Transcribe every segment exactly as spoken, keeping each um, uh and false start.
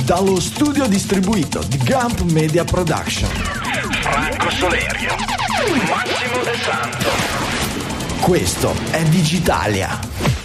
Dallo studio distribuito di Gump Media Production, Franco Solerio, Massimo De Santo. Questo è Digitalia.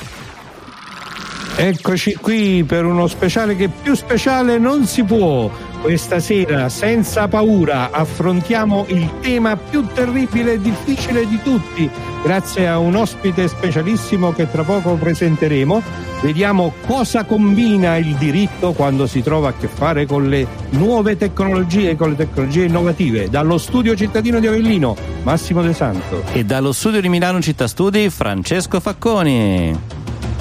Eccoci qui per uno speciale che più speciale non si può. Questa sera, senza paura, affrontiamo il tema più terribile e difficile di tutti. Grazie a un ospite specialissimo che tra poco presenteremo, vediamo cosa combina il diritto quando si trova a che fare con le nuove tecnologie, con le tecnologie innovative. Dallo studio cittadino di Avellino, Massimo De Santo. E dallo studio di Milano Città Studi, Francesco Facconi.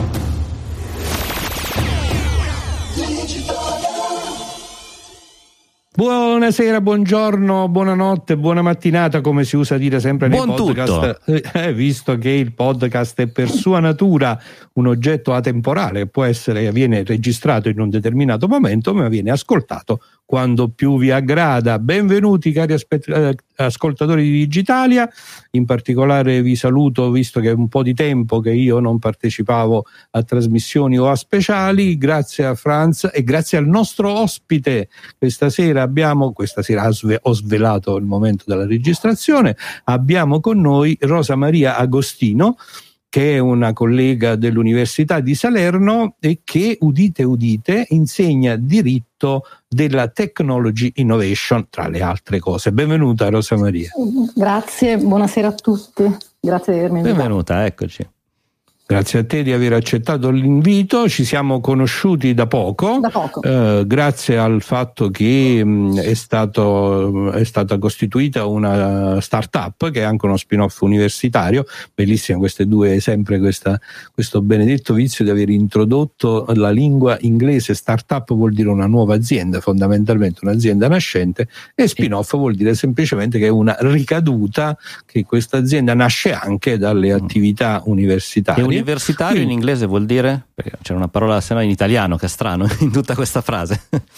Buonasera, buongiorno, buonanotte, buona mattinata, come si usa dire sempre nei Buon podcast, eh, visto che il podcast è per sua natura un oggetto atemporale che può essere, viene registrato in un determinato momento, ma viene ascoltato quando più vi aggrada. Benvenuti cari aspe- eh, ascoltatori di Digitalia, in particolare vi saluto visto che è un po' di tempo che io non partecipavo a trasmissioni o a speciali, grazie a Franz e grazie al nostro ospite. Questa sera abbiamo, questa sera ho svelato il momento della registrazione, abbiamo con noi Rosa Maria Agostino, che è una collega dell'Università di Salerno e che, udite udite, insegna diritto della Technology Innovation, tra le altre cose. Benvenuta Rosa Maria. Grazie, buonasera a tutti. Grazie di avermi invitato. Benvenuta, eccoci. Grazie a te di aver accettato l'invito, ci siamo conosciuti da poco, da poco. Eh, grazie al fatto che mh, è, stato, è stata costituita una start-up che è anche uno spin-off universitario, bellissima queste due, sempre questa, questo benedetto vizio di aver introdotto la lingua inglese. Start-up vuol dire una nuova azienda, fondamentalmente un'azienda nascente, e spin-off vuol dire semplicemente che è una ricaduta, che questa azienda nasce anche dalle attività universitarie. Universitario Quindi, in inglese vuol dire? Perché c'era una parola se no in italiano che è strano in tutta questa frase.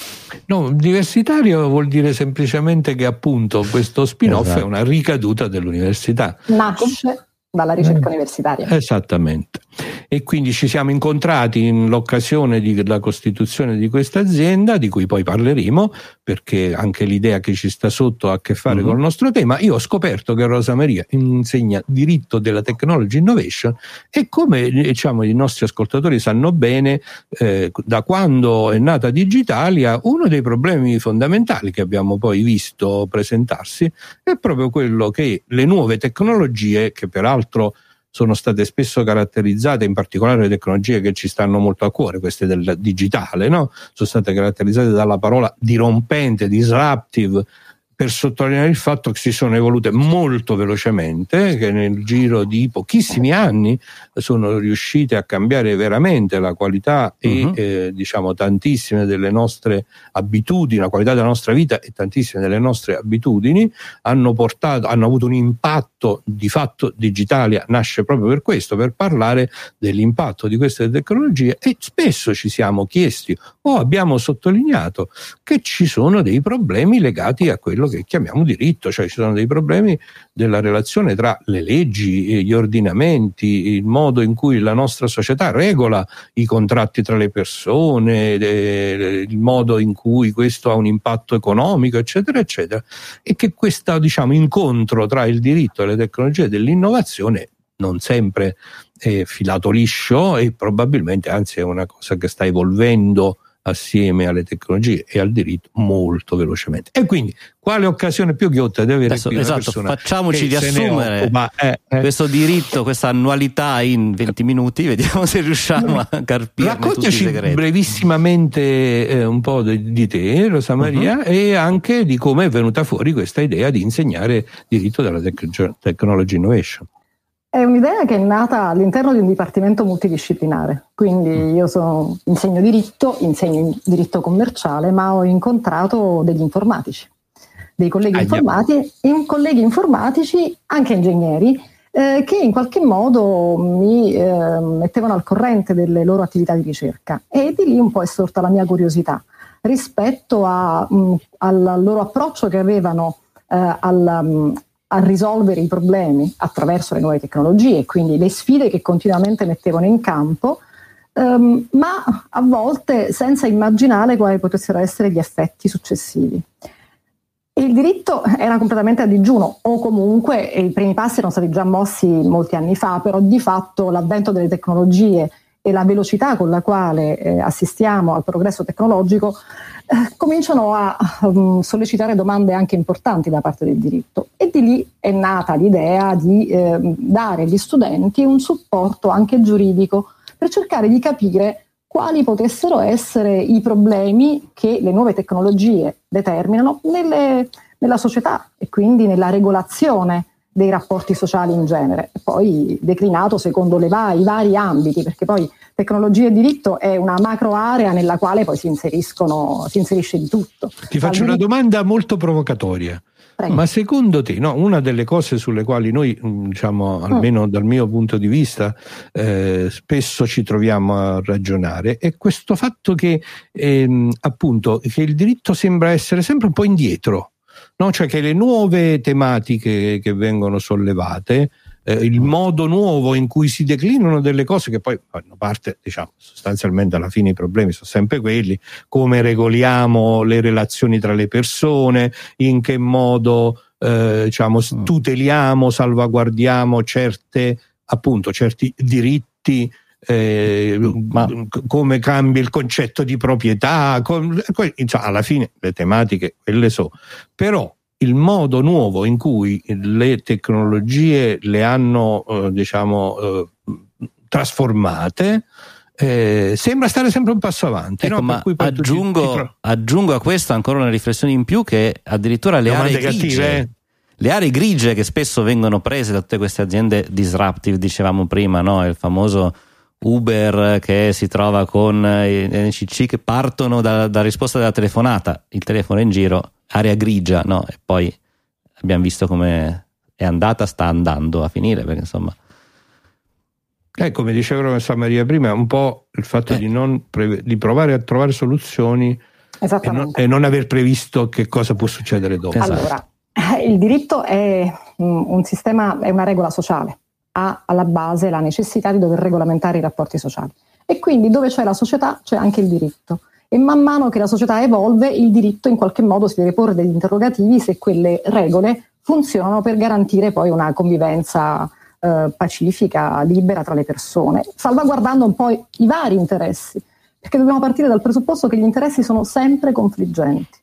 No, universitario vuol dire semplicemente che appunto questo spin-off esatto. è una ricaduta dell'università. Nasce dalla ricerca eh, universitaria. Esattamente. E quindi ci siamo incontrati in l'occasione della costituzione di questa azienda, di cui poi parleremo, perché anche l'idea che ci sta sotto ha a che fare mm-hmm. con il nostro tema. Io ho scoperto che Rosa Maria insegna diritto della Technology Innovation e, come diciamo i nostri ascoltatori sanno bene, eh, da quando è nata Digitalia, uno dei problemi fondamentali che abbiamo poi visto presentarsi è proprio quello che le nuove tecnologie, che peraltro sono state spesso caratterizzate, in particolare le tecnologie che ci stanno molto a cuore, queste del digitale, no? Sono state caratterizzate dalla parola dirompente, disruptive, per sottolineare il fatto che si sono evolute molto velocemente, che nel giro di pochissimi anni sono riuscite a cambiare veramente la qualità e uh-huh. eh, diciamo tantissime delle nostre abitudini, la qualità della nostra vita e tantissime delle nostre abitudini, hanno portato, hanno avuto un impatto. Di fatto Digitalia nasce proprio per questo, per parlare dell'impatto di queste tecnologie, e spesso ci siamo chiesti o abbiamo sottolineato che ci sono dei problemi legati a quello che chiamiamo diritto, cioè ci sono dei problemi della relazione tra le leggi, gli ordinamenti, il modo in cui la nostra società regola i contratti tra le persone, il modo in cui questo ha un impatto economico, eccetera, eccetera, e che questo, diciamo, incontro tra il diritto e le tecnologie dell'innovazione non sempre è filato liscio e probabilmente anzi è una cosa che sta evolvendo assieme alle tecnologie e al diritto molto velocemente. E quindi quale occasione più ghiotta di avere Adesso, qui una esatto, persona facciamoci che riassumere occupa, eh, eh. questo diritto, questa annualità in venti minuti, vediamo se riusciamo a carpirne tutti i segreti. Raccontaci brevissimamente eh, un po' di, di te, Rosa Maria, uh-huh. e anche di come è venuta fuori questa idea di insegnare diritto della tec- Technology Innovation. È un'idea che è nata all'interno di un dipartimento multidisciplinare, quindi io sono, insegno diritto, insegno diritto commerciale, ma ho incontrato degli informatici, dei colleghi, informati, in, colleghi informatici, anche ingegneri, eh, che in qualche modo mi eh, mettevano al corrente delle loro attività di ricerca, e di lì un po' è sorta la mia curiosità rispetto a, mh, al loro approccio che avevano eh, al... Mh, a risolvere i problemi attraverso le nuove tecnologie, quindi le sfide che continuamente mettevano in campo um, ma a volte senza immaginare quali potessero essere gli effetti successivi. E il diritto era completamente a digiuno, o comunque i primi passi erano stati già mossi molti anni fa, però di fatto l'avvento delle tecnologie e la velocità con la quale eh, assistiamo al progresso tecnologico eh, cominciano a um, sollecitare domande anche importanti da parte del diritto, e di lì è nata l'idea di eh, dare agli studenti un supporto anche giuridico per cercare di capire quali potessero essere i problemi che le nuove tecnologie determinano nelle, nella società e quindi nella regolazione dei rapporti sociali in genere, e poi declinato secondo le va- i vari ambiti, perché poi tecnologia e diritto è una macro area nella quale poi si inseriscono, si inserisce di tutto. Ti faccio Dal una diritto... domanda molto provocatoria. Prego. Ma secondo te, no, una delle cose sulle quali noi, diciamo, almeno mm. dal mio punto di vista, eh, spesso ci troviamo a ragionare, è questo fatto che ehm, appunto che il diritto sembra essere sempre un po' indietro, no? Cioè che le nuove tematiche che vengono sollevate, eh, il modo nuovo in cui si declinano delle cose che poi fanno parte, diciamo, sostanzialmente alla fine i problemi sono sempre quelli: come regoliamo le relazioni tra le persone, in che modo eh, diciamo tuteliamo, salvaguardiamo certe, appunto, certi diritti, eh, ma come cambia il concetto di proprietà, com- insomma, alla fine le tematiche quelle so, però il modo nuovo in cui le tecnologie le hanno eh, diciamo eh, trasformate eh, sembra stare sempre un passo avanti. Ecco, no? ma Per cui poi aggiungo, ti, ti tro- aggiungo a questo ancora una riflessione in più, che addirittura le Domande aree grigie, cattive, eh? le aree grigie che spesso vengono prese da tutte queste aziende disruptive, dicevamo prima, no? Il famoso Uber che si trova con i N C C che partono da, da risposta della telefonata, il telefono è in giro, area grigia, no? E poi abbiamo visto come è andata, sta andando a finire, perché insomma. Eh, come diceva la Professor Maria prima, un po' il fatto eh. di non preve- di provare a trovare soluzioni e non, e non aver previsto che cosa può succedere dopo. Esatto. Allora, il diritto è un sistema, è una regola sociale, ha alla base la necessità di dover regolamentare i rapporti sociali, e quindi dove c'è la società c'è anche il diritto, e man mano che la società evolve il diritto in qualche modo si deve porre degli interrogativi se quelle regole funzionano per garantire poi una convivenza eh, pacifica, libera tra le persone, salvaguardando un po' i vari interessi, perché dobbiamo partire dal presupposto che gli interessi sono sempre confliggenti.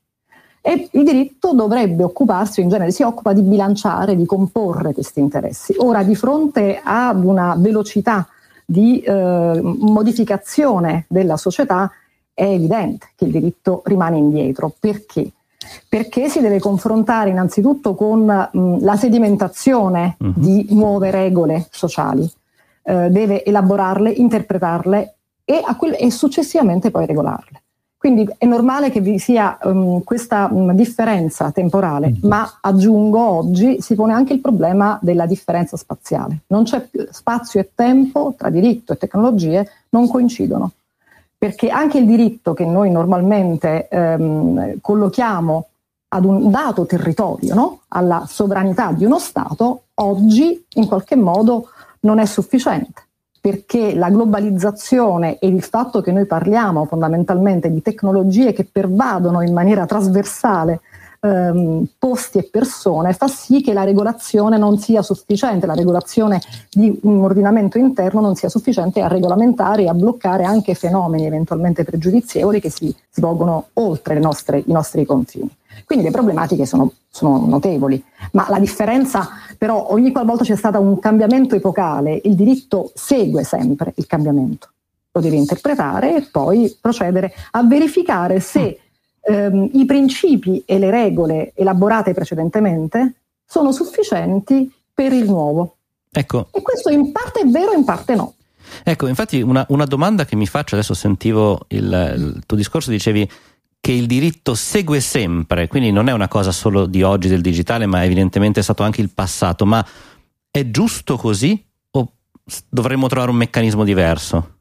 E il diritto dovrebbe occuparsi, o in genere si occupa, di bilanciare, di comporre questi interessi. Ora, di fronte ad una velocità di eh, modificazione della società, è evidente che il diritto rimane indietro. Perché? Perché si deve confrontare innanzitutto con mh, la sedimentazione uh-huh. di nuove regole sociali, eh, deve elaborarle, interpretarle e, a que- e successivamente poi regolarle. Quindi è normale che vi sia um, questa um, differenza temporale, ma aggiungo, oggi si pone anche il problema della differenza spaziale. Non c'è più spazio e tempo tra diritto e tecnologie, non coincidono, perché anche il diritto che noi normalmente um, collochiamo ad un dato territorio, no? Alla sovranità di uno Stato, oggi in qualche modo non è sufficiente, perché la globalizzazione e il fatto che noi parliamo fondamentalmente di tecnologie che pervadono in maniera trasversale ehm, posti e persone fa sì che la regolazione non sia sufficiente, la regolazione di un ordinamento interno non sia sufficiente a regolamentare e a bloccare anche fenomeni eventualmente pregiudizievoli che si svolgono oltre le nostre, i nostri confini. Quindi le problematiche sono, sono notevoli, ma la differenza però, ogni qualvolta c'è stato un cambiamento epocale, il diritto segue sempre il cambiamento, lo deve interpretare e poi procedere a verificare se ehm, i principi e le regole elaborate precedentemente sono sufficienti per il nuovo. Ecco. E questo in parte è vero, in parte no. Ecco, infatti una, una domanda che mi faccio, adesso sentivo il, il tuo discorso, dicevi che il diritto segue sempre, quindi non è una cosa solo di oggi del digitale, ma evidentemente è stato anche il passato. Ma è giusto così o dovremmo trovare un meccanismo diverso?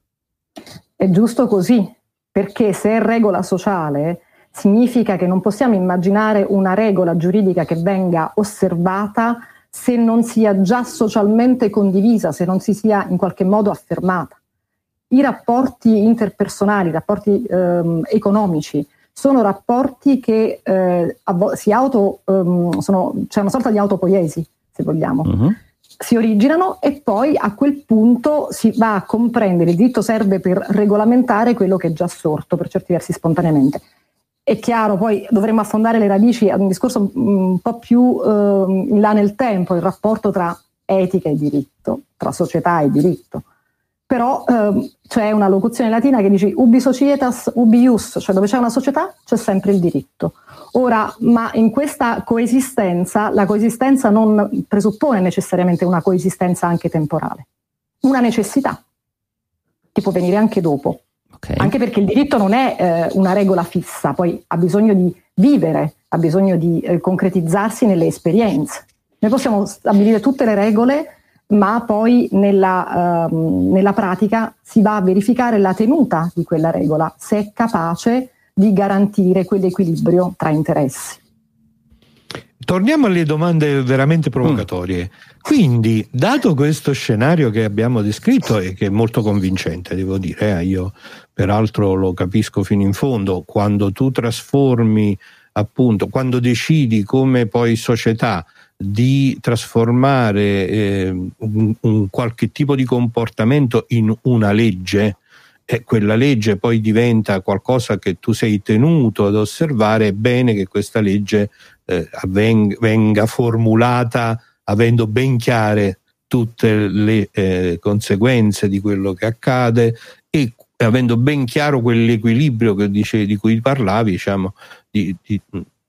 È giusto così, perché se è regola sociale significa che non possiamo immaginare una regola giuridica che venga osservata se non sia già socialmente condivisa, se non si sia in qualche modo affermata. i rapporti interpersonali, i rapporti ehm, economici, sono rapporti che eh, si auto, ehm, sono, c'è una sorta di autopoiesi, se vogliamo. Uh-huh. Si originano e poi a quel punto si va a comprendere, il diritto serve per regolamentare quello che è già sorto, per certi versi spontaneamente. È chiaro, poi dovremmo affondare le radici ad un discorso un po' più eh, in là nel tempo, il rapporto tra etica e diritto, tra società e diritto. Però eh, c'è una locuzione latina che dice ubi societas, ubi ius, cioè dove c'è una società c'è sempre il diritto. Ora, ma in questa coesistenza, la coesistenza non presuppone necessariamente una coesistenza anche temporale, una necessità che può venire anche dopo. Okay. Anche perché il diritto non è eh, una regola fissa, poi ha bisogno di vivere, ha bisogno di eh, concretizzarsi nelle esperienze. Noi possiamo stabilire tutte le regole, ma poi nella, uh, nella pratica si va a verificare la tenuta di quella regola, se è capace di garantire quell'equilibrio tra interessi. Torniamo alle domande veramente provocatorie. Mm. Quindi, dato questo scenario che abbiamo descritto e che è molto convincente, devo dire, eh, io peraltro lo capisco fino in fondo, quando tu trasformi, appunto, quando decidi come poi società di trasformare eh, un, un qualche tipo di comportamento in una legge, e quella legge poi diventa qualcosa che tu sei tenuto ad osservare, è bene che questa legge eh, avvenga, venga formulata avendo ben chiare tutte le eh, conseguenze di quello che accade e avendo ben chiaro quell'equilibrio che dice, di cui parlavi, diciamo, di, di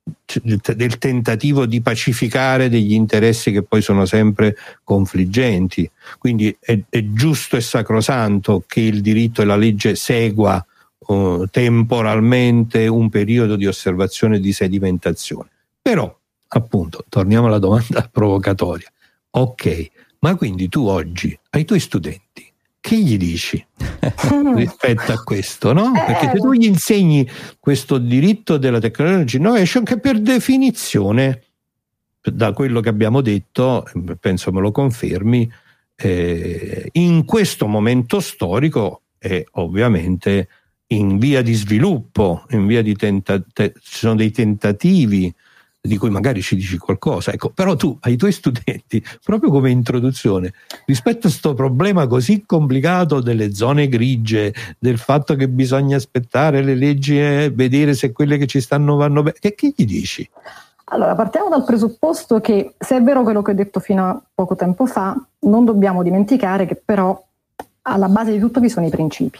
del tentativo di pacificare degli interessi che poi sono sempre confliggenti. Quindi è, è giusto e sacrosanto che il diritto e la legge segua uh, temporalmente un periodo di osservazione e di sedimentazione. Però, appunto, torniamo alla domanda provocatoria. Ok, ma quindi tu oggi ai tuoi studenti che gli dici rispetto a questo, no? Perché se tu gli insegni questo diritto della technology innovation, che per definizione, da quello che abbiamo detto, penso me lo confermi, eh, in questo momento storico è ovviamente in via di sviluppo, in via di tenta- te- ci sono dei tentativi di cui magari ci dici qualcosa, ecco, però tu ai tuoi studenti, proprio come introduzione, rispetto a questo problema così complicato delle zone grigie, del fatto che bisogna aspettare le leggi e vedere se quelle che ci stanno vanno bene, che, che gli dici? Allora, partiamo dal presupposto che, se è vero quello che ho detto fino a poco tempo fa, non dobbiamo dimenticare che però alla base di tutto vi sono i principi.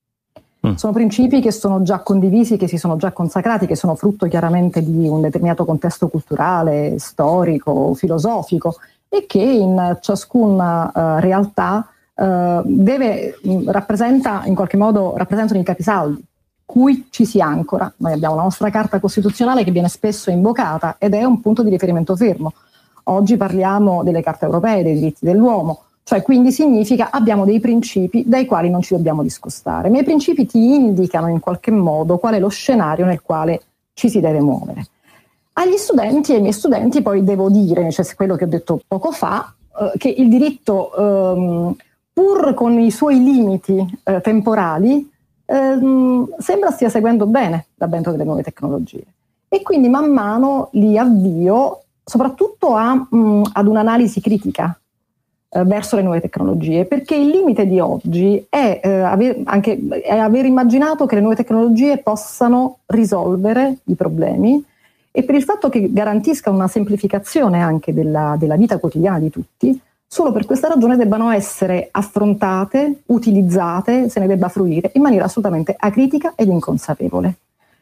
Sono principi che sono già condivisi, che si sono già consacrati, che sono frutto chiaramente di un determinato contesto culturale, storico, filosofico e che in ciascuna uh, realtà uh, deve, mh, rappresenta in qualche modo rappresentano i capisaldi cui ci si ancora. Noi abbiamo la nostra Carta Costituzionale che viene spesso invocata ed è un punto di riferimento fermo. Oggi parliamo delle carte europee, dei diritti dell'uomo. Cioè, quindi significa abbiamo dei principi dai quali non ci dobbiamo discostare, ma i principi ti indicano in qualche modo qual è lo scenario nel quale ci si deve muovere. Agli studenti e ai miei studenti poi devo dire, cioè quello che ho detto poco fa, eh, che il diritto, ehm, pur con i suoi limiti eh, temporali, ehm, sembra stia seguendo bene l'avvento delle nuove tecnologie. E quindi man mano li avvio soprattutto a, mh, ad un'analisi critica verso le nuove tecnologie, perché il limite di oggi è, eh, aver, anche, è aver immaginato che le nuove tecnologie possano risolvere i problemi e per il fatto che garantiscano una semplificazione anche della, della vita quotidiana di tutti, solo per questa ragione debbano essere affrontate, utilizzate, se ne debba fruire in maniera assolutamente acritica ed inconsapevole.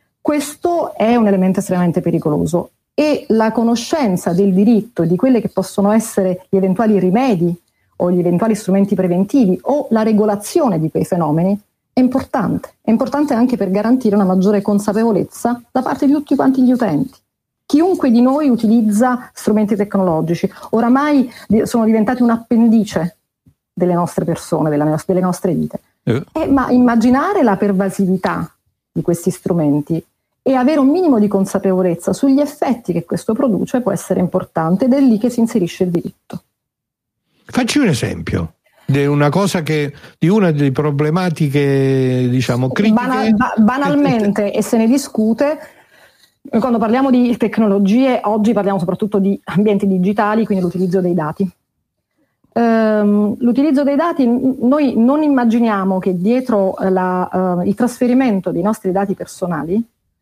Questo è un elemento estremamente pericoloso e la conoscenza del diritto e di quelle che possono essere gli eventuali rimedi o gli eventuali strumenti preventivi o la regolazione di quei fenomeni è importante. È importante anche per garantire una maggiore consapevolezza da parte di tutti quanti gli utenti. Chiunque di noi utilizza strumenti tecnologici, oramai sono diventati un appendice delle nostre persone, delle nostre vite. Eh. Eh, ma immaginare la pervasività di questi strumenti e avere un minimo di consapevolezza sugli effetti che questo produce può essere importante ed è lì che si inserisce il diritto. Facci un esempio. di una cosa che di una delle problematiche, diciamo, critiche. Banal, ba- banalmente e se ne discute. Quando parliamo di tecnologie, oggi parliamo soprattutto di ambienti digitali, quindi l'utilizzo dei dati. Um, l'utilizzo dei dati, noi non immaginiamo che dietro la, uh, il trasferimento dei nostri dati personali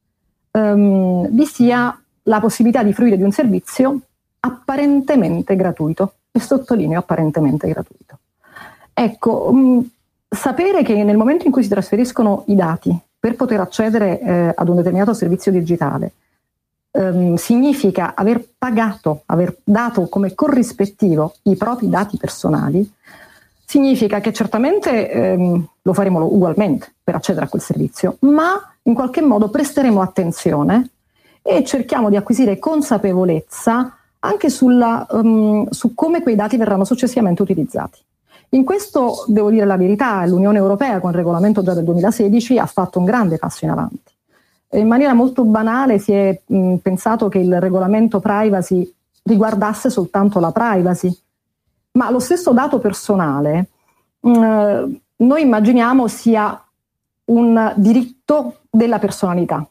um, vi sia la possibilità di fruire di un servizio apparentemente gratuito, e sottolineo apparentemente gratuito. Ecco, um, sapere che nel momento in cui si trasferiscono i dati per poter accedere eh, ad un determinato servizio digitale ehm, significa aver pagato, aver dato come corrispettivo i propri dati personali, significa che certamente ehm, lo faremo ugualmente per accedere a quel servizio, ma in qualche modo presteremo attenzione e cerchiamo di acquisire consapevolezza anche sulla, um, su come quei dati verranno successivamente utilizzati. In questo, devo dire la verità, l'Unione Europea con il regolamento già del duemilasedici ha fatto un grande passo in avanti. In maniera molto banale si è mh, pensato che il regolamento privacy riguardasse soltanto la privacy, ma lo stesso dato personale mh, noi immaginiamo sia un diritto della personalità.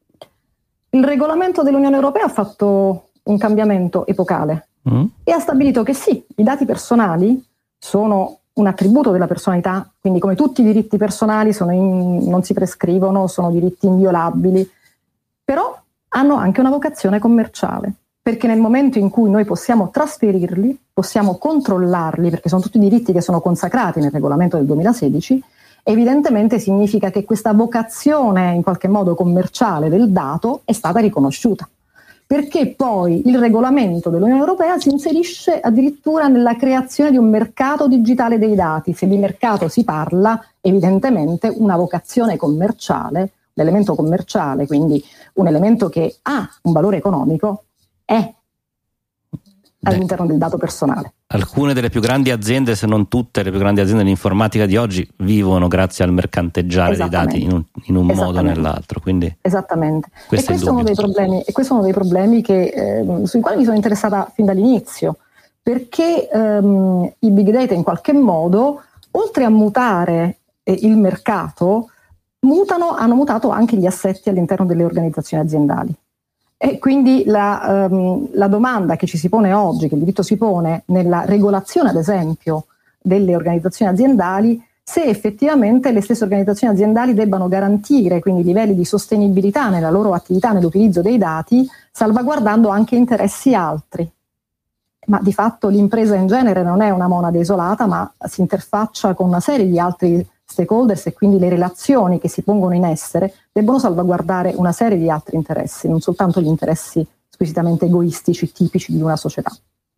Il regolamento dell'Unione Europea ha fatto un cambiamento epocale mm. e ha stabilito che sì, i dati personali sono un attributo della personalità, quindi come tutti i diritti personali sono in, non si prescrivono, sono diritti inviolabili, però hanno anche una vocazione commerciale, perché nel momento in cui noi possiamo trasferirli, possiamo controllarli, perché sono tutti diritti che sono consacrati nel regolamento del duemilasedici, evidentemente significa che questa vocazione in qualche modo commerciale del dato è stata riconosciuta. Perché poi il regolamento dell'Unione Europea si inserisce addirittura nella creazione di un mercato digitale dei dati. Se di mercato si parla, evidentemente una vocazione commerciale, l'elemento commerciale, quindi un elemento che ha un valore economico, è all'interno del dato personale. Alcune delle più grandi aziende, se non tutte le più grandi aziende dell'informatica di oggi, vivono grazie al mercanteggiare dei dati in un, in un modo o nell'altro. Quindi esattamente. Questo e, questo è uno dei problemi, e questo è uno dei problemi che, eh, sui quali mi sono interessata fin dall'inizio, perché ehm, i big data in qualche modo, oltre a mutare eh, il mercato, mutano, hanno mutato anche gli assetti all'interno delle organizzazioni aziendali. E quindi la, um, la domanda che ci si pone oggi, che il diritto si pone nella regolazione, ad esempio, delle organizzazioni aziendali, se effettivamente le stesse organizzazioni aziendali debbano garantire quindi livelli di sostenibilità nella loro attività, nell'utilizzo dei dati, salvaguardando anche interessi altri. Ma di fatto l'impresa in genere non è una monade isolata, ma si interfaccia con una serie di altri stakeholders e quindi le relazioni che si pongono in essere debbono salvaguardare una serie di altri interessi, non soltanto gli interessi squisitamente egoistici tipici di una società.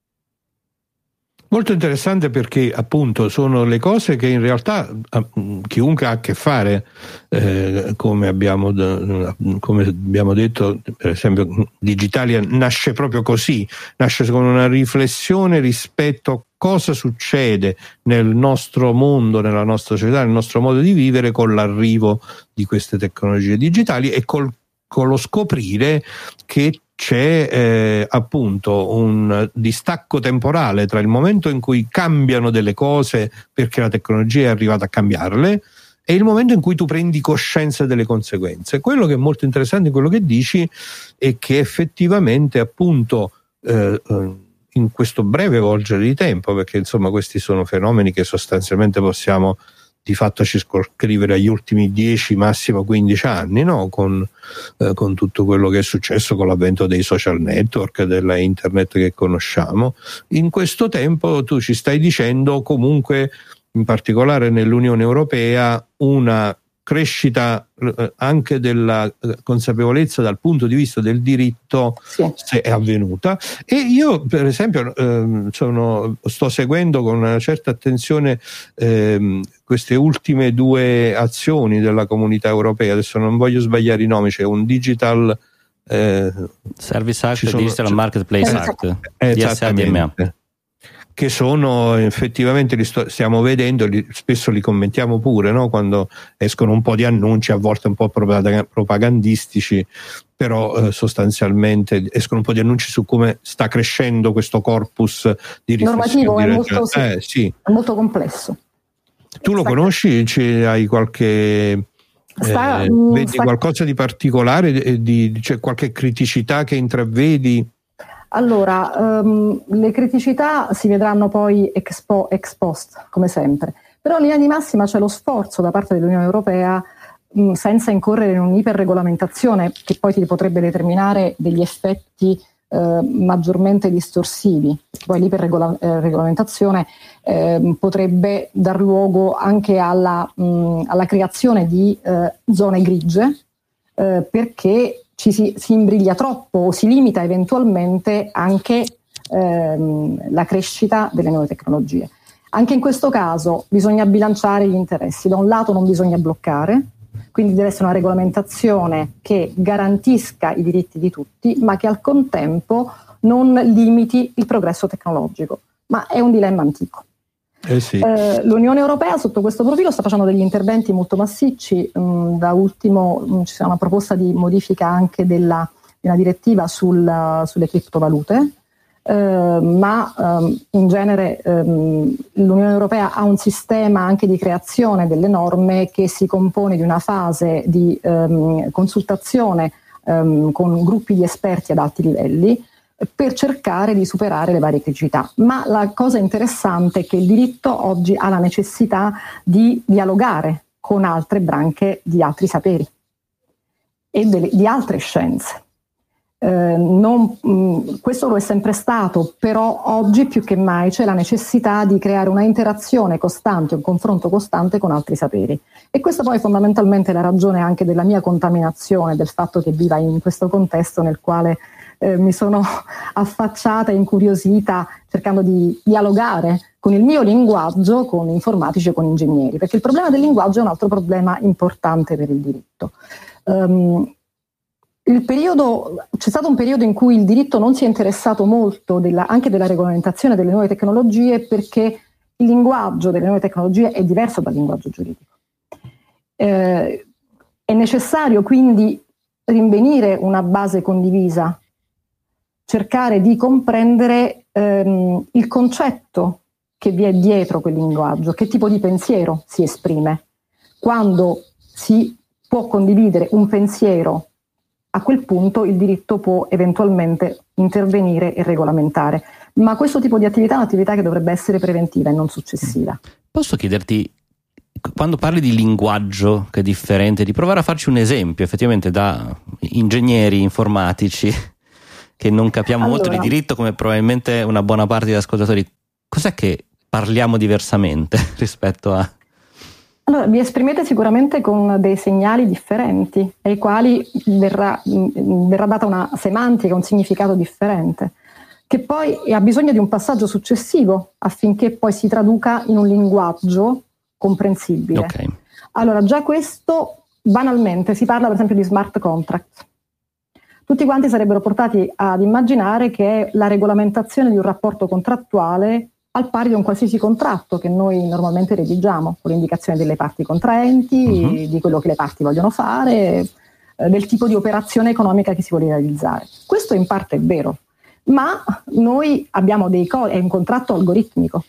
Molto interessante, perché appunto sono le cose che in realtà chiunque ha a che fare, eh, come abbiamo, come abbiamo detto, per esempio Digitalia nasce proprio così, nasce con una riflessione rispetto a cosa succede nel nostro mondo, nella nostra società, nel nostro modo di vivere con l'arrivo di queste tecnologie digitali e col, con lo scoprire che c'è eh, appunto un distacco temporale tra il momento in cui cambiano delle cose perché la tecnologia è arrivata a cambiarle e il momento in cui tu prendi coscienza delle conseguenze. Quello che è molto interessante in quello che dici è che effettivamente appunto eh, in questo breve volgere di tempo, perché insomma questi sono fenomeni che sostanzialmente possiamo di fatto circoscrivere agli ultimi dieci, massimo quindici anni, no? Con, eh, con tutto quello che è successo con l'avvento dei social network, della internet che conosciamo. In questo tempo tu ci stai dicendo comunque, in particolare nell'Unione Europea, una crescita eh, anche della consapevolezza dal punto di vista del diritto, sì, se è avvenuta. E io per esempio eh, sono, sto seguendo con una certa attenzione eh, queste ultime due azioni della Comunità Europea. Adesso non voglio sbagliare i nomi, c'è un Digital eh, Service Act e sono, Digital Marketplace eh, Act, esattamente, D S A D M A, che sono effettivamente, li sto, stiamo vedendo, li, spesso li commentiamo pure, no? Quando escono un po' di annunci, a volte un po' propagandistici, però eh, sostanzialmente escono un po' di annunci su come sta crescendo questo corpus di riflessione. Normativo, è molto, sì, eh, sì. è molto complesso. Tu lo sta conosci? Ci hai qualche... sta, eh, mh, vedi sta... qualcosa di particolare, di, di, c'è qualche criticità che intravedi? Allora, um, le criticità si vedranno poi ex, po- ex post, come sempre, però in linea di massima c'è lo sforzo da parte dell'Unione Europea, mh, senza incorrere in un'iperregolamentazione che poi ti potrebbe determinare degli effetti eh, maggiormente distorsivi. Poi l'iperregolamentazione eh, potrebbe dar luogo anche alla, mh, alla creazione di eh, zone grigie, eh, perché ci si, si imbriglia troppo o si limita eventualmente anche ehm, la crescita delle nuove tecnologie. Anche in questo caso bisogna bilanciare gli interessi. Da un lato non bisogna bloccare, quindi deve essere una regolamentazione che garantisca i diritti di tutti, ma che al contempo non limiti il progresso tecnologico. Ma è un dilemma antico. Eh sì. eh, L'Unione Europea sotto questo profilo sta facendo degli interventi molto massicci. Mh, da ultimo mh, c'è una proposta di modifica anche della, di una direttiva sul, sulle criptovalute, eh, ma ehm, in genere ehm, l'Unione Europea ha un sistema anche di creazione delle norme che si compone di una fase di ehm, consultazione ehm, con gruppi di esperti ad alti livelli, per cercare di superare le varie criticità. Ma la cosa interessante è che il diritto oggi ha la necessità di dialogare con altre branche di altri saperi e delle, di altre scienze. Eh, non, mh, questo lo è sempre stato, però oggi più che mai c'è la necessità di creare una interazione costante, un confronto costante con altri saperi. E questo poi fondamentalmente è la ragione anche della mia contaminazione, del fatto che viva in questo contesto nel quale Eh, mi sono affacciata, incuriosita, cercando di dialogare con il mio linguaggio, con informatici e con ingegneri, perché il problema del linguaggio è un altro problema importante per il diritto. Um, il periodo, c'è stato un periodo in cui il diritto non si è interessato molto della, anche della regolamentazione delle nuove tecnologie, perché il linguaggio delle nuove tecnologie è diverso dal linguaggio giuridico. Eh, è necessario quindi rinvenire una base condivisa, cercare di comprendere ehm, il concetto che vi è dietro quel linguaggio, che tipo di pensiero si esprime. Quando si può condividere un pensiero, a quel punto il diritto può eventualmente intervenire e regolamentare. Ma questo tipo di attività è un'attività che dovrebbe essere preventiva e non successiva. Posso chiederti, quando parli di linguaggio che è differente, di provare a farci un esempio effettivamente da ingegneri informatici che non capiamo allora, molto di diritto, come probabilmente una buona parte degli ascoltatori. Cos'è che parliamo diversamente rispetto a... Allora, vi esprimete sicuramente con dei segnali differenti, ai quali verrà, verrà data una semantica, un significato differente, che poi ha bisogno di un passaggio successivo affinché poi si traduca in un linguaggio comprensibile. Okay. Allora, già questo, banalmente, si parla per esempio di smart contract. Tutti quanti sarebbero portati ad immaginare che è la regolamentazione di un rapporto contrattuale al pari di un qualsiasi contratto che noi normalmente redigiamo, con l'indicazione delle parti contraenti, uh-huh. di quello che le parti vogliono fare, eh, del tipo di operazione economica che si vuole realizzare. Questo in parte è vero, ma noi abbiamo dei co- è un contratto algoritmico.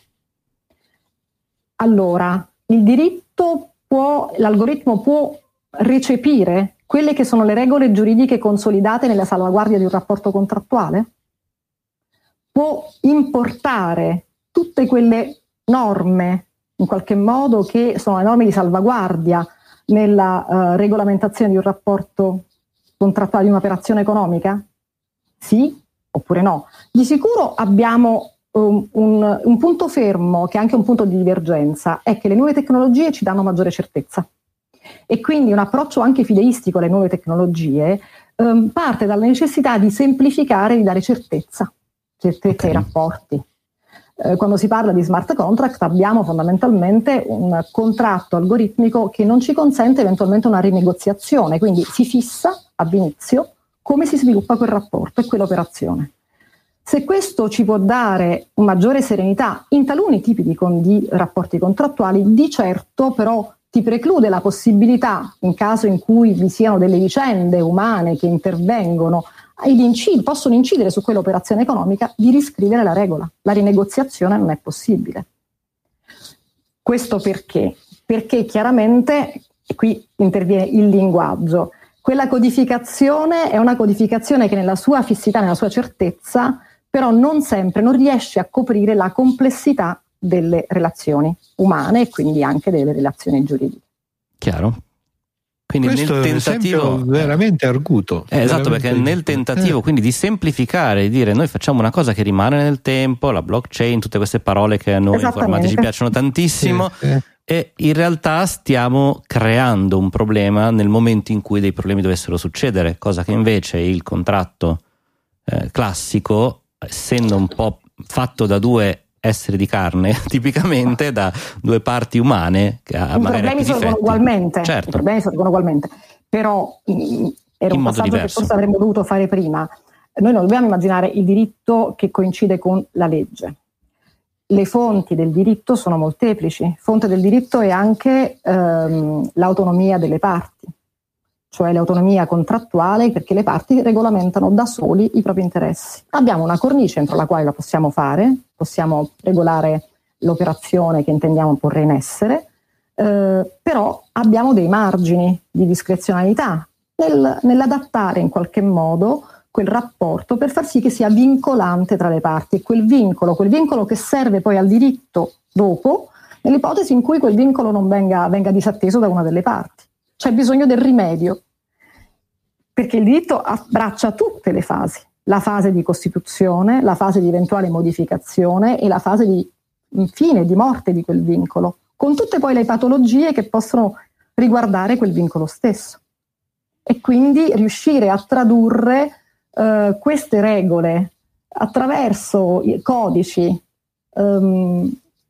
Allora, il diritto può, l'algoritmo può recepire quelle che sono le regole giuridiche consolidate nella salvaguardia di un rapporto contrattuale? Può importare tutte quelle norme, in qualche modo, che sono le norme di salvaguardia nella uh, regolamentazione di un rapporto contrattuale, di un'operazione economica? Sì oppure no? Di sicuro abbiamo um, un, un punto fermo, che è anche un punto di divergenza, è che le nuove tecnologie ci danno maggiore certezza. E quindi un approccio anche fideistico alle nuove tecnologie um, parte dalla necessità di semplificare e di dare certezza, certezza ai rapporti. Eh, quando si parla di smart contract abbiamo fondamentalmente un contratto algoritmico che non ci consente eventualmente una rinegoziazione, quindi si fissa ab inizio come si sviluppa quel rapporto e quell'operazione. Se questo ci può dare maggiore serenità in taluni tipi di, con, di rapporti contrattuali, di certo però ti preclude la possibilità, in caso in cui vi siano delle vicende umane che intervengono ed incid- possono incidere su quell'operazione economica, di riscrivere la regola. La rinegoziazione non è possibile. Questo perché? Perché chiaramente, e qui interviene il linguaggio, quella codificazione è una codificazione che nella sua fissità, nella sua certezza, però non sempre, non riesce a coprire la complessità delle relazioni umane e quindi anche delle relazioni giuridiche. Chiaro? Quindi questo nel tentativo è veramente arguto. Eh, esatto, veramente perché nel tentativo eh. quindi di semplificare, di dire noi facciamo una cosa che rimane nel tempo, la blockchain, tutte queste parole che a noi informatici piacciono tantissimo, sì, sì. E in realtà stiamo creando un problema nel momento in cui dei problemi dovessero succedere, cosa che invece il contratto eh, classico, essendo un po' fatto da due esseri di carne, tipicamente da due parti umane, che ha I magari problemi più sorgono difetti. ugualmente, Certo. I problemi sorgono ugualmente, però mh, era In un modo passaggio diverso. che forse avremmo dovuto fare prima. Noi non dobbiamo immaginare il diritto che coincide con la legge. Le fonti del diritto sono molteplici. Fonte del diritto è anche ehm, l'autonomia delle parti, cioè l'autonomia contrattuale, perché le parti regolamentano da soli i propri interessi. Abbiamo una cornice entro la quale la possiamo fare, possiamo regolare l'operazione che intendiamo porre in essere, eh, però abbiamo dei margini di discrezionalità nel, nell'adattare in qualche modo quel rapporto per far sì che sia vincolante tra le parti, e quel vincolo, quel vincolo che serve poi al diritto dopo, nell'ipotesi in cui quel vincolo non venga, venga disatteso da una delle parti. C'è bisogno del rimedio, perché il diritto abbraccia tutte le fasi, la fase di costituzione, la fase di eventuale modificazione e la fase di infine, di morte di quel vincolo, con tutte poi le patologie che possono riguardare quel vincolo stesso. E quindi riuscire a tradurre Uh, queste regole attraverso i codici um,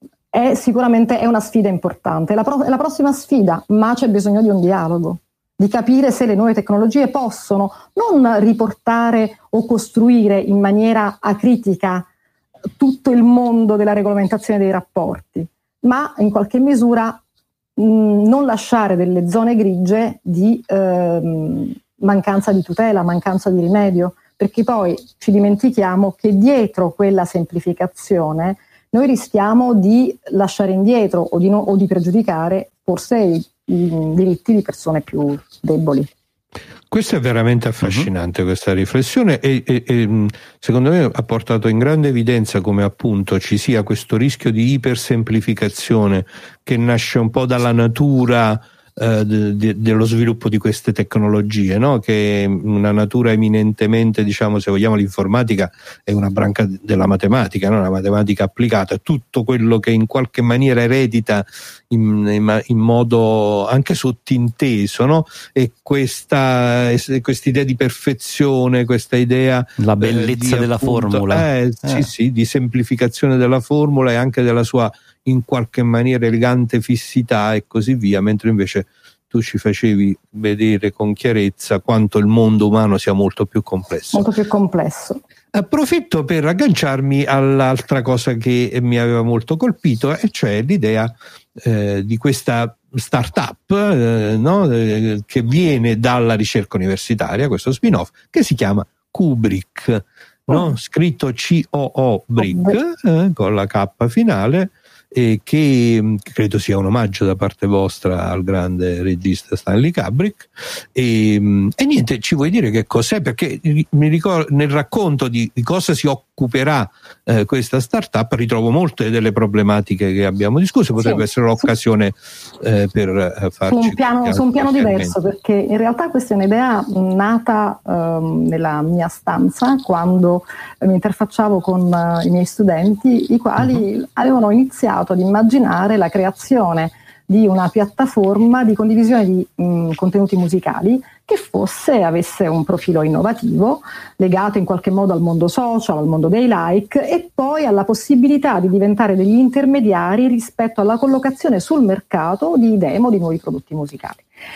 è sicuramente è una sfida importante, è la, pro- è la prossima sfida, ma c'è bisogno di un dialogo, di capire se le nuove tecnologie possono non riportare o costruire in maniera acritica tutto il mondo della regolamentazione dei rapporti, ma in qualche misura mh, non lasciare delle zone grigie di ehm, mancanza di tutela, mancanza di rimedio, perché poi ci dimentichiamo che dietro quella semplificazione noi rischiamo di lasciare indietro o di, no, o di pregiudicare forse i, i diritti di persone più deboli. Questo è veramente affascinante, uh-huh. questa riflessione e, e, e secondo me ha portato in grande evidenza come appunto ci sia questo rischio di ipersemplificazione che nasce un po' dalla natura Uh, de, de, dello sviluppo di queste tecnologie, no? Che una natura eminentemente, diciamo, se vogliamo, l'informatica è una branca della matematica, no? Una matematica applicata, tutto quello che in qualche maniera eredita in, in, in modo anche sottinteso, no? E questa idea di perfezione, questa idea la bellezza eh, della appunto, formula eh, eh. sì sì di semplificazione della formula e anche della sua in qualche maniera elegante fissità e così via, mentre invece tu ci facevi vedere con chiarezza quanto il mondo umano sia molto più complesso. Molto più complesso. Approfitto per agganciarmi all'altra cosa che mi aveva molto colpito, e cioè l'idea eh, di questa startup eh, no? eh, che viene dalla ricerca universitaria, questo spin-off, che si chiama Kubrick, no? Scritto C O O Brick eh, con la K finale, e che credo sia un omaggio da parte vostra al grande regista Stanley Kubrick. E, e niente, ci vuoi dire che cos'è? Perché mi ricordo nel racconto di, di cosa si occuperà eh, questa startup ritrovo molte delle problematiche che abbiamo discusso, potrebbe sì, essere l'occasione eh, per eh, farci su un piano, su un piano diverso, perché in realtà questa è un'idea nata ehm, nella mia stanza quando mi interfacciavo con uh, i miei studenti, i quali uh-huh. avevano iniziato ad immaginare la creazione di una piattaforma di condivisione di mh, contenuti musicali che fosse, avesse un profilo innovativo, legato in qualche modo al mondo social, al mondo dei like, e poi alla possibilità di diventare degli intermediari rispetto alla collocazione sul mercato di demo di nuovi prodotti musicali.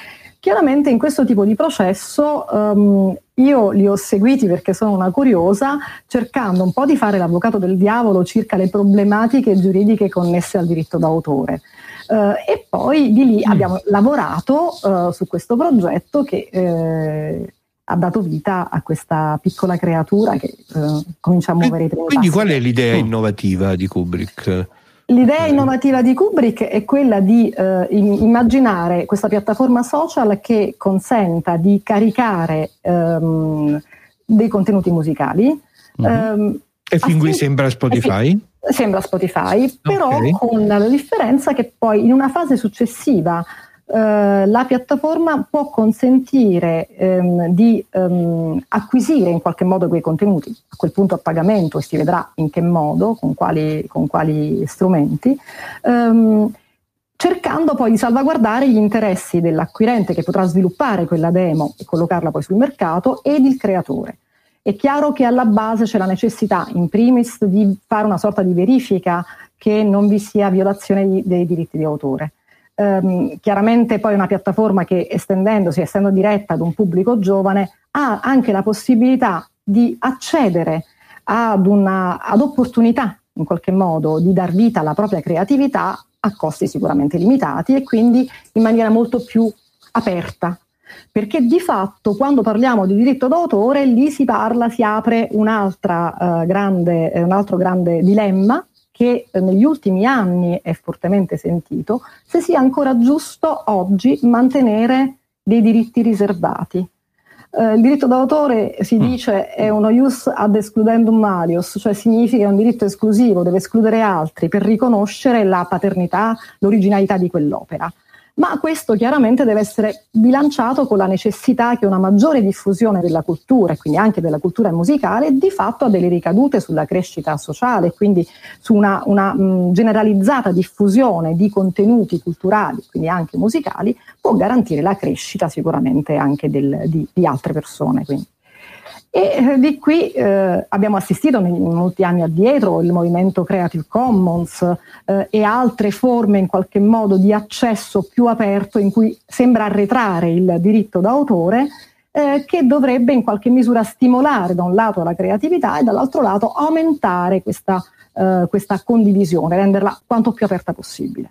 chiaramente in questo tipo di processo um, io li ho seguiti perché sono una curiosa, cercando un po' di fare l'avvocato del diavolo circa le problematiche giuridiche connesse al diritto d'autore. Uh, e poi di lì mm. abbiamo lavorato uh, su questo progetto che eh, ha dato vita a questa piccola creatura che uh, comincia a muovere i primi Quindi passi. qual è l'idea innovativa di Kubrick? L'idea innovativa di Kubrick è quella di eh, immaginare questa piattaforma social che consenta di caricare ehm, dei contenuti musicali. Uh-huh. Ehm, e fin qui sembra Spotify? Eh sì, sembra Spotify, però okay. con la differenza che poi in una fase successiva Uh, la piattaforma può consentire um, di um, acquisire in qualche modo quei contenuti, a quel punto a pagamento, e si vedrà in che modo, con quali, con quali strumenti, um, cercando poi di salvaguardare gli interessi dell'acquirente che potrà sviluppare quella demo e collocarla poi sul mercato, ed il creatore. È chiaro che alla base c'è la necessità, in primis, di fare una sorta di verifica che non vi sia violazione di, dei diritti di autore. Um, chiaramente poi una piattaforma che, estendendosi, essendo diretta ad un pubblico giovane, ha anche la possibilità di accedere ad, una, ad opportunità in qualche modo di dar vita alla propria creatività a costi sicuramente limitati e quindi in maniera molto più aperta, perché di fatto quando parliamo di diritto d'autore lì si parla, si apre un'altra, uh, grande, un altro grande dilemma che negli ultimi anni è fortemente sentito, se sia ancora giusto oggi mantenere dei diritti riservati. Eh, il diritto d'autore, si dice, è uno ius ad excludendum malius, cioè significa che è un diritto esclusivo, deve escludere altri per riconoscere la paternità, l'originalità di quell'opera. Ma questo chiaramente deve essere bilanciato con la necessità che una maggiore diffusione della cultura, e quindi anche della cultura musicale, di fatto ha delle ricadute sulla crescita sociale, quindi su una, una mh, generalizzata diffusione di contenuti culturali, quindi anche musicali, può garantire la crescita sicuramente anche del, di, di altre persone. Quindi. E eh, di qui eh, abbiamo assistito negli molti anni addietro il movimento Creative Commons eh, e altre forme in qualche modo di accesso più aperto in cui sembra arretrare il diritto d'autore eh, che dovrebbe in qualche misura stimolare da un lato la creatività e dall'altro lato aumentare questa, eh, questa condivisione, renderla quanto più aperta possibile.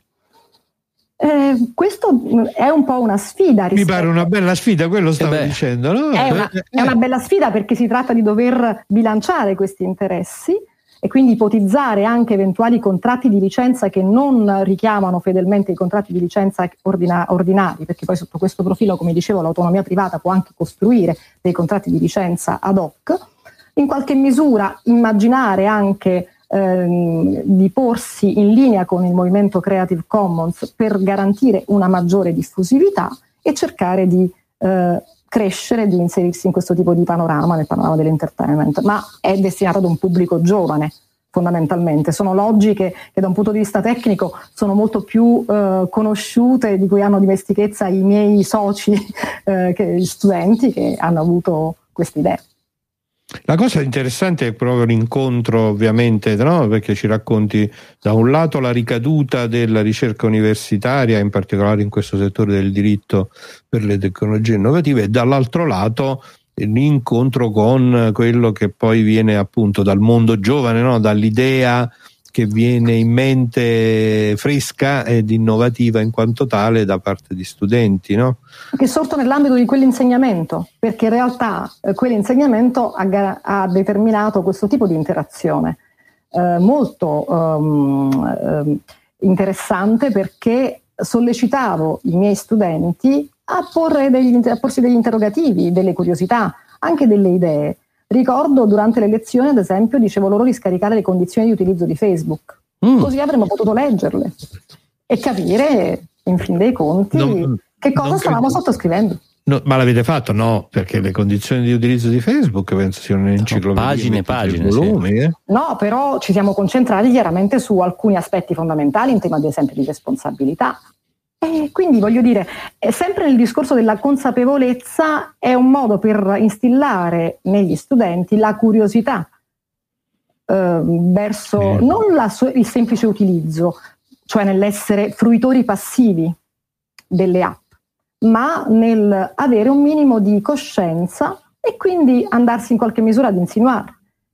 Eh, questo è un po' una sfida. Mi pare una bella sfida, quello stavo eh dicendo, no? È una, è una bella sfida perché si tratta di dover bilanciare questi interessi e quindi ipotizzare anche eventuali contratti di licenza che non richiamano fedelmente i contratti di licenza ordina- ordinari, perché poi sotto questo profilo, come dicevo, l'autonomia privata può anche costruire dei contratti di licenza ad hoc. In qualche misura immaginare anche Ehm, di porsi in linea con il movimento Creative Commons per garantire una maggiore diffusività e cercare di eh, crescere, di inserirsi in questo tipo di panorama, nel panorama dell'entertainment, ma è destinato ad un pubblico giovane fondamentalmente. Sono logiche che da un punto di vista tecnico sono molto più eh, conosciute, di cui hanno dimestichezza i miei soci, eh, che, gli studenti che hanno avuto queste idee. La cosa interessante è proprio l'incontro, ovviamente, no? Perché ci racconti da un lato la ricaduta della ricerca universitaria, in particolare in questo settore del diritto per le tecnologie innovative, e dall'altro lato l'incontro con quello che poi viene appunto dal mondo giovane, no? Dall'idea che viene in mente fresca ed innovativa in quanto tale da parte di studenti, no? Che sorto nell'ambito di quell'insegnamento, perché in realtà eh, quell'insegnamento ha, ha determinato questo tipo di interazione eh, molto um, eh, interessante, perché sollecitavo i miei studenti a, porre degli, a porsi degli interrogativi, delle curiosità, anche delle idee. Ricordo durante le lezioni, ad esempio, dicevo loro di scaricare le condizioni di utilizzo di Facebook, mm. così avremmo potuto leggerle e capire, in fin dei conti, non, che cosa stavamo credo. sottoscrivendo. No, ma l'avete fatto? No, perché le condizioni di utilizzo di Facebook penso siano un'enciclopedia. Pagine e pagine. Volumi, sì. eh? No, però ci siamo concentrati chiaramente su alcuni aspetti fondamentali in tema, ad esempio, di responsabilità. E quindi voglio dire, sempre nel discorso della consapevolezza è un modo per instillare negli studenti la curiosità eh, verso mm. non la, il semplice utilizzo, cioè nell'essere fruitori passivi delle app, ma nel avere un minimo di coscienza e quindi andarsi in qualche misura ad insinuare.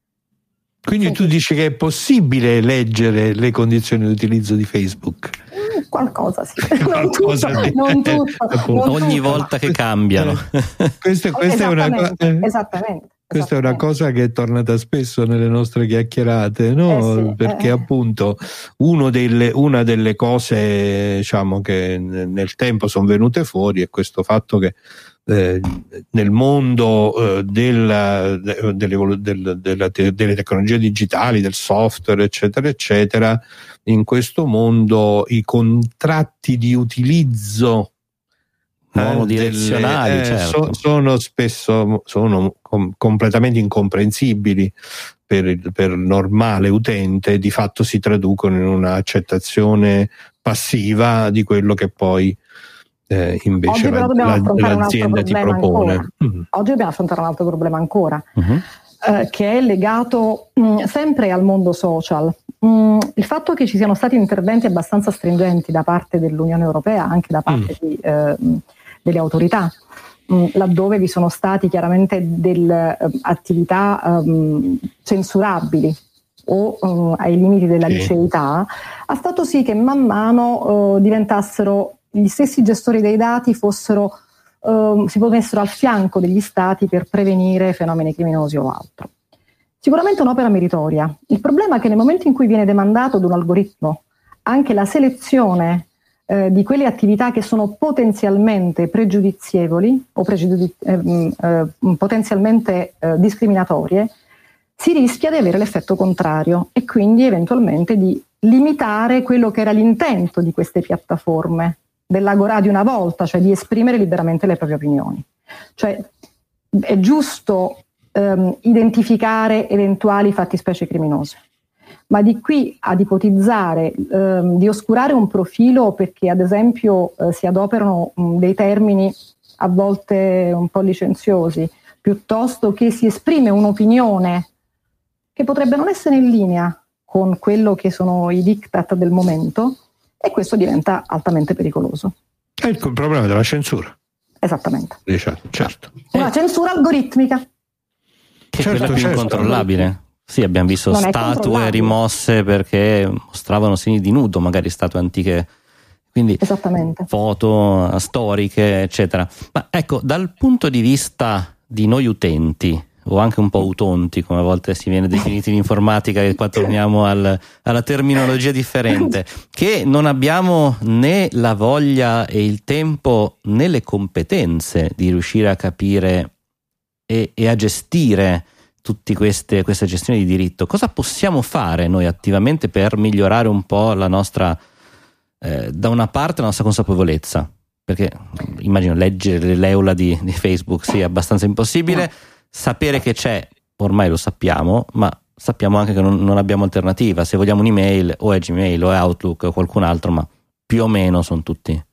Quindi tu dici che è possibile leggere le condizioni di utilizzo di Facebook? Qualcosa sì, non tutto, di... non tutto, non ogni tutto, volta ma... che cambiano. Questa, questa, è una, esattamente, esattamente. Questa è una cosa che è tornata spesso nelle nostre chiacchierate, no? Eh sì, Perché eh. appunto uno delle, una delle cose, diciamo, che nel tempo sono venute fuori è questo fatto che eh, nel mondo eh, della, delle, del, della, delle tecnologie digitali, del software, eccetera, eccetera, in questo mondo i contratti di utilizzo monodirezionali eh, certo. so, sono spesso sono com- completamente incomprensibili per il, per il normale utente, di fatto si traducono in un'accettazione passiva di quello che poi eh, invece la, la, l'azienda ti propone. Mm. Oggi dobbiamo affrontare un altro problema ancora, uh-huh. eh, che è legato mh, sempre al mondo social. Mm, il fatto che ci siano stati interventi abbastanza stringenti da parte dell'Unione Europea, anche da parte mm. di, eh, delle autorità, mh, laddove vi sono stati chiaramente delle uh, attività um, censurabili o um, ai limiti della sì. liceità, ha fatto sì che man mano uh, diventassero gli stessi gestori dei dati fossero uh, si ponessero al fianco degli stati per prevenire fenomeni criminosi o altro. Sicuramente un'opera meritoria. Il problema è che nel momento in cui viene demandato ad un algoritmo anche la selezione eh, di quelle attività che sono potenzialmente pregiudizievoli o pregiudiz- eh, eh, potenzialmente eh, discriminatorie, si rischia di avere l'effetto contrario e quindi eventualmente di limitare quello che era l'intento di queste piattaforme, dell'agorà di una volta, cioè di esprimere liberamente le proprie opinioni. Cioè è giusto Um, identificare eventuali fattispecie criminose, ma di qui ad ipotizzare um, di oscurare un profilo perché ad esempio uh, si adoperano um, dei termini a volte un po' licenziosi, piuttosto che si esprime un'opinione che potrebbe non essere in linea con quello che sono i diktat del momento, e questo diventa altamente pericoloso. È il problema della censura. Esattamente. Certo, certo. Una eh. censura algoritmica. Che certo, è quella più certo. incontrollabile. Sì, abbiamo visto non statue rimosse perché mostravano segni di nudo, magari statue antiche, quindi foto storiche, eccetera. Ma ecco, dal punto di vista di noi utenti, o anche un po' utonti, come a volte si viene definiti in informatica, e qua torniamo al, alla terminologia differente, che non abbiamo né la voglia e il tempo né le competenze di riuscire a capire e, e a gestire tutte queste, queste gestioni di diritto. Cosa possiamo fare noi attivamente per migliorare un po' la nostra, eh, da una parte la nostra consapevolezza? Perché immagino leggere l'eula di, di Facebook sia abbastanza impossibile, no. Sapere che c'è, ormai lo sappiamo, ma sappiamo anche che non, non abbiamo alternativa. Se vogliamo un'email, o è Gmail o è Outlook o qualcun altro, ma più o meno sono tutti.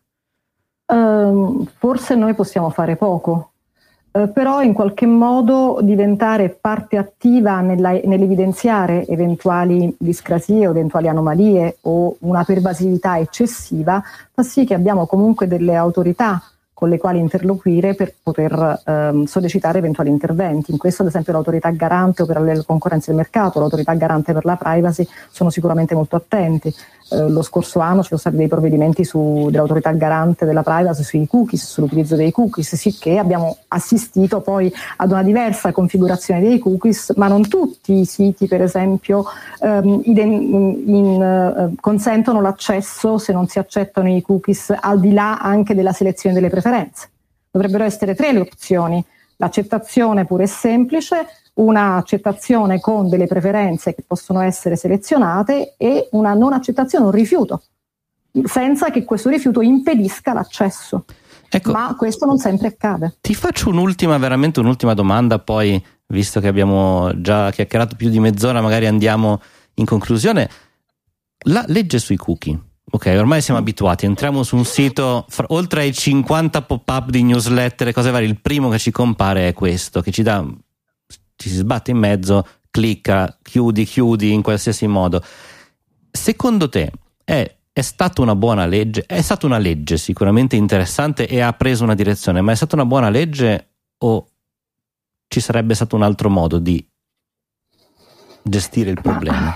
Um, forse noi possiamo fare poco. Uh, però in qualche modo diventare parte attiva nella, nell'evidenziare eventuali discrasie o eventuali anomalie o una pervasività eccessiva fa sì che abbiamo comunque delle autorità con le quali interloquire per poter ehm, sollecitare eventuali interventi. In questo ad esempio l'autorità garante per la concorrenza del mercato, l'autorità garante per la privacy sono sicuramente molto attenti. Eh, lo scorso anno ci sono stati dei provvedimenti su, dell'autorità garante della privacy sui cookies, sull'utilizzo dei cookies, sicché abbiamo assistito poi ad una diversa configurazione dei cookies, ma non tutti i siti per esempio ehm, in, in, eh, consentono l'accesso, se non si accettano i cookies, al di là anche della selezione delle preferenze. Dovrebbero essere tre le opzioni: l'accettazione pura e semplice, una accettazione con delle preferenze che possono essere selezionate e una non accettazione, un rifiuto, senza che questo rifiuto impedisca l'accesso. Ecco, ma questo non sempre accade. Ti faccio un'ultima, veramente un'ultima domanda, poi visto che abbiamo già chiacchierato più di mezz'ora, magari andiamo in conclusione. La legge sui cookie. Ok, ormai siamo abituati, entriamo su un sito, fra, oltre ai cinquanta pop-up di newsletter e cose varie, il primo che ci compare è questo, che ci dà, ci si sbatte in mezzo, clicca, chiudi, chiudi in qualsiasi modo. Secondo te è è stata una buona legge? È stata una legge sicuramente interessante e ha preso una direzione, ma è stata una buona legge o ci sarebbe stato un altro modo di gestire il problema?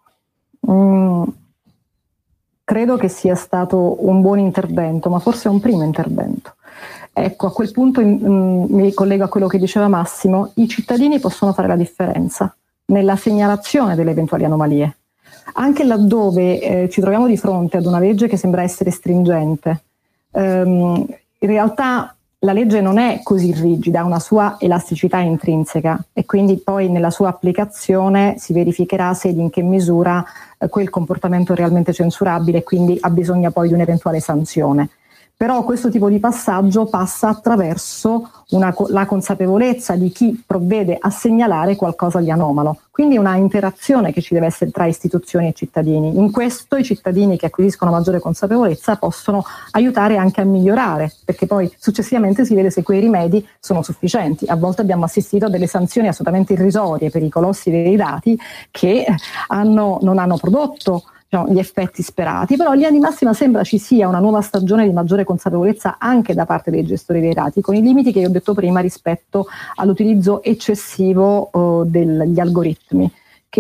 Mm, credo che sia stato un buon intervento, ma forse un primo intervento. Ecco, a quel punto mm, mi ricollego a quello che diceva Massimo: i cittadini possono fare la differenza nella segnalazione delle eventuali anomalie. Anche laddove eh, ci troviamo di fronte ad una legge che sembra essere stringente, ehm, in realtà la legge non è così rigida, ha una sua elasticità intrinseca e quindi poi nella sua applicazione si verificherà se ed in che misura eh, quel comportamento è realmente censurabile e quindi ha bisogno poi di un'eventuale sanzione. Però questo tipo di passaggio passa attraverso una, la consapevolezza di chi provvede a segnalare qualcosa di anomalo. Quindi una interazione che ci deve essere tra istituzioni e cittadini. In questo i cittadini che acquisiscono maggiore consapevolezza possono aiutare anche a migliorare, perché poi successivamente si vede se quei rimedi sono sufficienti. A volte abbiamo assistito a delle sanzioni assolutamente irrisorie per i colossi dei dati che hanno, non hanno prodotto gli effetti sperati, però in linea di massima sembra ci sia una nuova stagione di maggiore consapevolezza anche da parte dei gestori dei dati, con i limiti che io ho detto prima rispetto all'utilizzo eccessivo uh, degli algoritmi,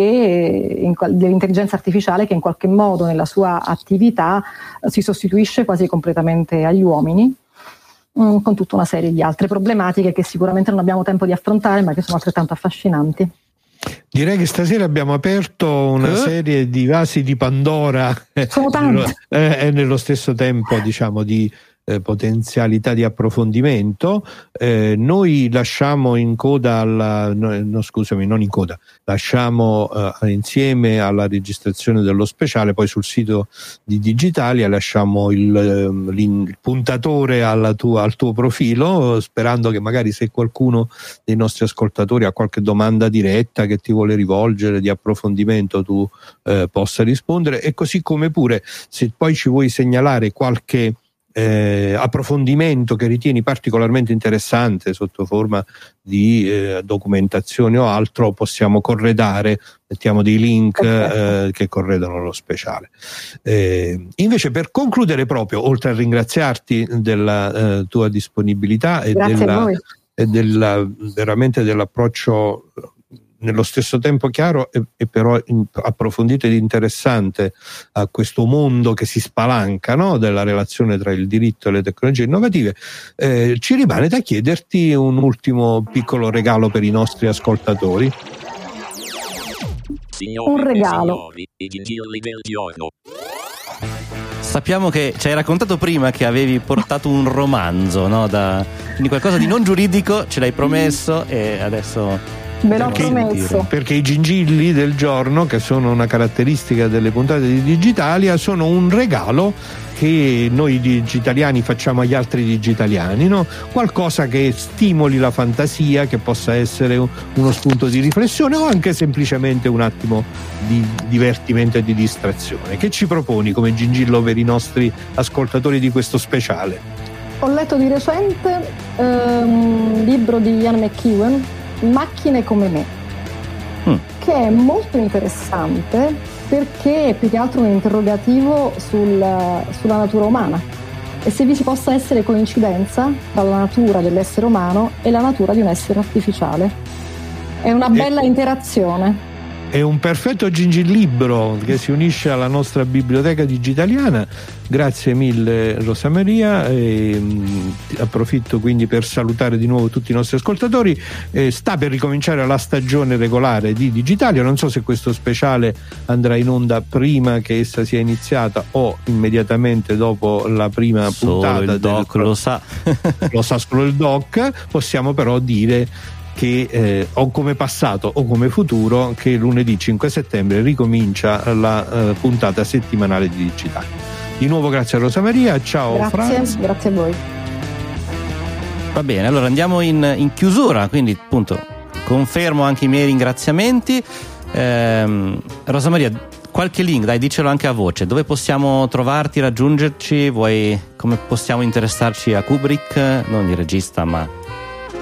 che in, dell'intelligenza artificiale, che in qualche modo nella sua attività uh, si sostituisce quasi completamente agli uomini, um, con tutta una serie di altre problematiche che sicuramente non abbiamo tempo di affrontare, ma che sono altrettanto affascinanti. Direi che stasera abbiamo aperto una eh? serie di vasi di Pandora e nello, eh, nello stesso tempo, diciamo, di eh, potenzialità di approfondimento. Eh, noi lasciamo in coda alla, no, no scusami, non in coda, lasciamo eh, insieme alla registrazione dello speciale, poi sul sito di Digitalia lasciamo il, il puntatore alla tua, al tuo profilo, sperando che magari se qualcuno dei nostri ascoltatori ha qualche domanda diretta che ti vuole rivolgere di approfondimento, tu eh, possa rispondere, e così come pure se poi ci vuoi segnalare qualche Eh, approfondimento che ritieni particolarmente interessante sotto forma di eh, documentazione o altro, possiamo corredare, mettiamo dei link eh, che corredano lo speciale. Eh, invece, per concludere proprio, oltre a ringraziarti della eh, tua disponibilità e della, e della veramente dell'approccio nello stesso tempo chiaro e, e però in, approfondito ed interessante a questo mondo che si spalanca, no? Della relazione tra il diritto e le tecnologie innovative, eh, ci rimane da chiederti un ultimo piccolo regalo per i nostri ascoltatori. Un regalo. Sappiamo che ci hai raccontato prima che avevi portato un romanzo, no? Da, quindi qualcosa di non giuridico, ce l'hai promesso e adesso me l'ho promesso. Perché i gingilli del giorno, che sono una caratteristica delle puntate di Digitalia, sono un regalo che noi digitaliani facciamo agli altri digitaliani, no? Qualcosa che stimoli la fantasia, che possa essere uno spunto di riflessione o anche semplicemente un attimo di divertimento e di distrazione. Che ci proponi come gingillo per i nostri ascoltatori di questo speciale? Ho letto di recente um, un libro di Ian McEwan, Macchine come me, mm. che è molto interessante perché è più che altro un interrogativo sul, sulla natura umana e se vi ci possa essere coincidenza tra la natura dell'essere umano e la natura di un essere artificiale. È una bella e... interazione. È un perfetto gingillibro che si unisce alla nostra biblioteca digitaliana. Grazie mille Rosa Maria, e, mh, approfitto quindi per salutare di nuovo tutti i nostri ascoltatori. Eh, sta per ricominciare la stagione regolare di Digitalia, non so se questo speciale andrà in onda prima che essa sia iniziata o immediatamente dopo la prima solo puntata. Il doc del... lo sa lo sa solo il doc. Possiamo però dire che eh, o come passato o come futuro che lunedì cinque settembre ricomincia la eh, puntata settimanale di Digitale. Di nuovo grazie a Rosa Maria, ciao grazie, Franz. Grazie a voi. Va bene, allora andiamo in, in chiusura, quindi appunto confermo anche i miei ringraziamenti. ehm, Rosa Maria, qualche link, dai, dicelo anche a voce, dove possiamo trovarti, raggiungerci, vuoi, come possiamo interessarci a Kubrick, non il regista ma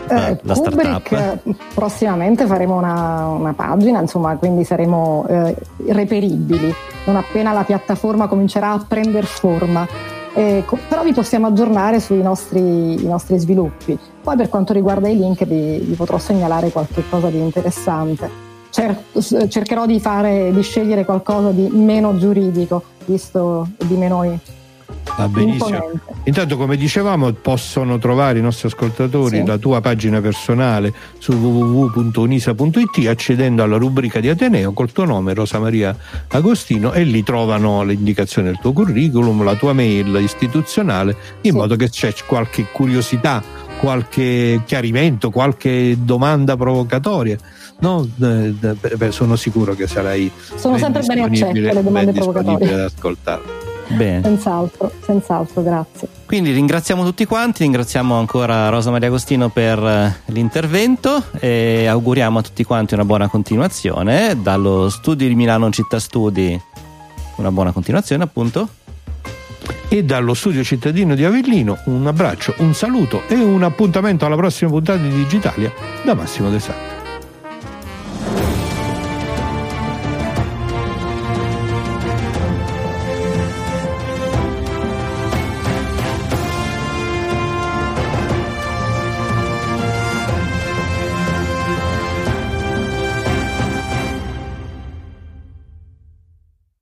la, eh, la Kubrick, startup? Prossimamente faremo una, una pagina, insomma, quindi saremo eh, reperibili non appena la piattaforma comincerà a prendere forma. Eh, co- però vi possiamo aggiornare sui nostri, i nostri sviluppi. Poi per quanto riguarda i link vi, vi potrò segnalare qualche cosa di interessante. Cer- cercherò di fare, di scegliere qualcosa di meno giuridico, visto di meno Va benissimo. imponente. Intanto, come dicevamo, possono trovare i nostri ascoltatori Sì. la tua pagina personale su w w w punto unisa punto i t accedendo alla rubrica di Ateneo col tuo nome, Rosa Maria Agostino, e lì trovano le indicazioni del tuo curriculum, la tua mail istituzionale, in Sì. modo che c'è qualche curiosità, qualche chiarimento, qualche domanda provocatoria. No, eh, eh, sono sicuro che sarai Sono ben sempre bene disponibile- accette le domande ben disponibile provocatorie. ad ascoltarle. Bene. Senz'altro, senz'altro, grazie. Quindi ringraziamo tutti quanti, ringraziamo ancora Rosa Maria Agostino per eh, l'intervento e auguriamo a tutti quanti una buona continuazione. Dallo studio di Milano Città Studi una buona continuazione, appunto. E dallo studio cittadino di Avellino un abbraccio, un saluto e un appuntamento alla prossima puntata di Digitalia da Massimo De Santo.